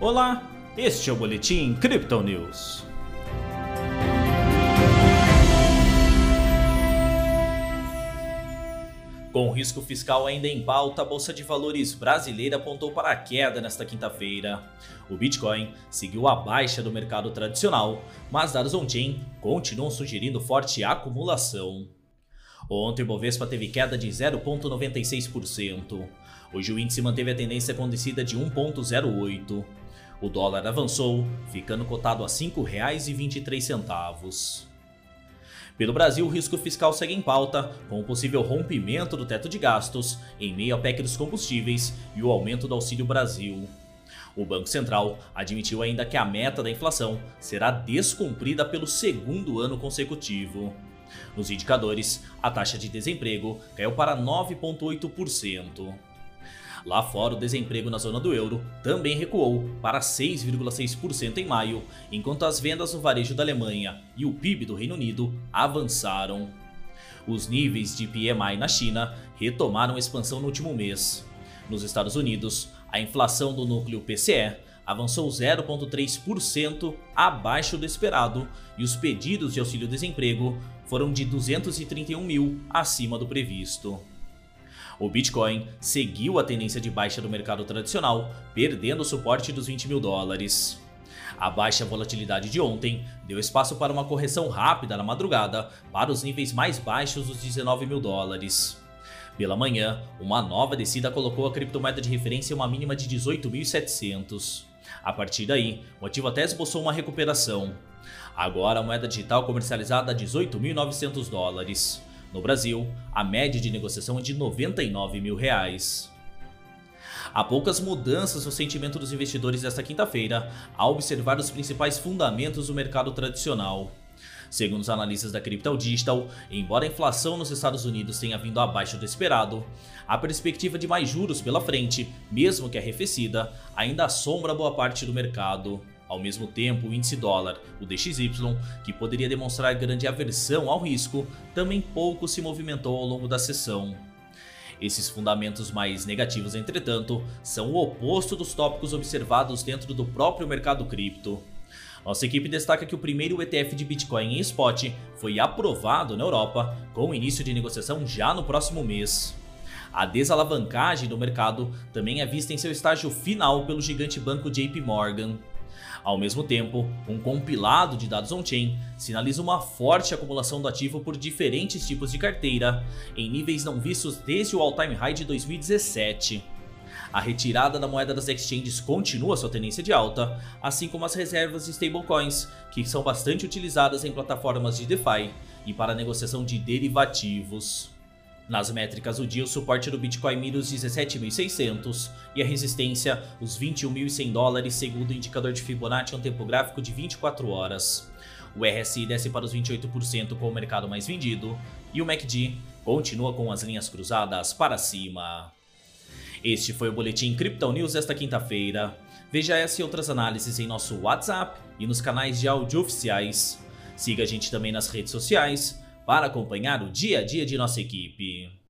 Olá, este é o Boletim Crypto News. Com o risco fiscal ainda em pauta, a Bolsa de Valores brasileira apontou para a queda nesta quinta-feira. O Bitcoin seguiu a baixa do mercado tradicional, mas dados on-chain continuam sugerindo forte acumulação. Ontem o Bovespa teve queda de 0,96%. Hoje o índice manteve a tendência com descida de 1,08%. O dólar avançou, ficando cotado a R$ 5,23. Pelo Brasil, o risco fiscal segue em pauta, com o possível rompimento do teto de gastos, em meio à PEC dos combustíveis e o aumento do Auxílio Brasil. O Banco Central admitiu ainda que a meta da inflação será descumprida pelo segundo ano consecutivo. Nos indicadores, a taxa de desemprego caiu para 9,8%. Lá fora, o desemprego na zona do euro também recuou para 6,6% em maio, enquanto as vendas no varejo da Alemanha e o PIB do Reino Unido avançaram. Os níveis de PMI na China retomaram expansão no último mês. Nos Estados Unidos, a inflação do núcleo PCE avançou 0,3% abaixo do esperado e os pedidos de auxílio-desemprego foram de 231 mil acima do previsto. O Bitcoin seguiu a tendência de baixa do mercado tradicional, perdendo o suporte dos $20 mil. A baixa volatilidade de ontem deu espaço para uma correção rápida na madrugada para os níveis mais baixos dos $19 mil. Pela manhã, uma nova descida colocou a criptomoeda de referência em uma mínima de 18.700. A partir daí, o ativo até esboçou uma recuperação. Agora a moeda digital comercializada a $18.900. No Brasil, a média de negociação é de R$ 99 mil. Há poucas mudanças no sentimento dos investidores desta quinta-feira, ao observar os principais fundamentos do mercado tradicional. Segundo os analistas da Crypto Digital, embora a inflação nos Estados Unidos tenha vindo abaixo do esperado, a perspectiva de mais juros pela frente, mesmo que arrefecida, ainda assombra boa parte do mercado. Ao mesmo tempo, o índice dólar, o DXY, que poderia demonstrar grande aversão ao risco, também pouco se movimentou ao longo da sessão. Esses fundamentos mais negativos, entretanto, são o oposto dos tópicos observados dentro do próprio mercado cripto. Nossa equipe destaca que o primeiro ETF de Bitcoin em spot foi aprovado na Europa, com início de negociação já no próximo mês. A desalavancagem do mercado também é vista em seu estágio final pelo gigante banco JP Morgan. Ao mesmo tempo, um compilado de dados on-chain sinaliza uma forte acumulação do ativo por diferentes tipos de carteira, em níveis não vistos desde o all-time high de 2017. A retirada da moeda das exchanges continua sua tendência de alta, assim como as reservas de stablecoins, que são bastante utilizadas em plataformas de DeFi e para negociação de derivativos. Nas métricas do dia, o suporte do Bitcoin mira os 17.600 e a resistência os $21.100 segundo o indicador de Fibonacci em um tempo gráfico de 24 horas. O RSI desce para os 28% com o mercado mais vendido e o MACD continua com as linhas cruzadas para cima. Este foi o Boletim Crypto News desta quinta-feira. Veja essa e outras análises em nosso WhatsApp e nos canais de áudio oficiais. Siga a gente também nas redes sociais para acompanhar o dia a dia de nossa equipe.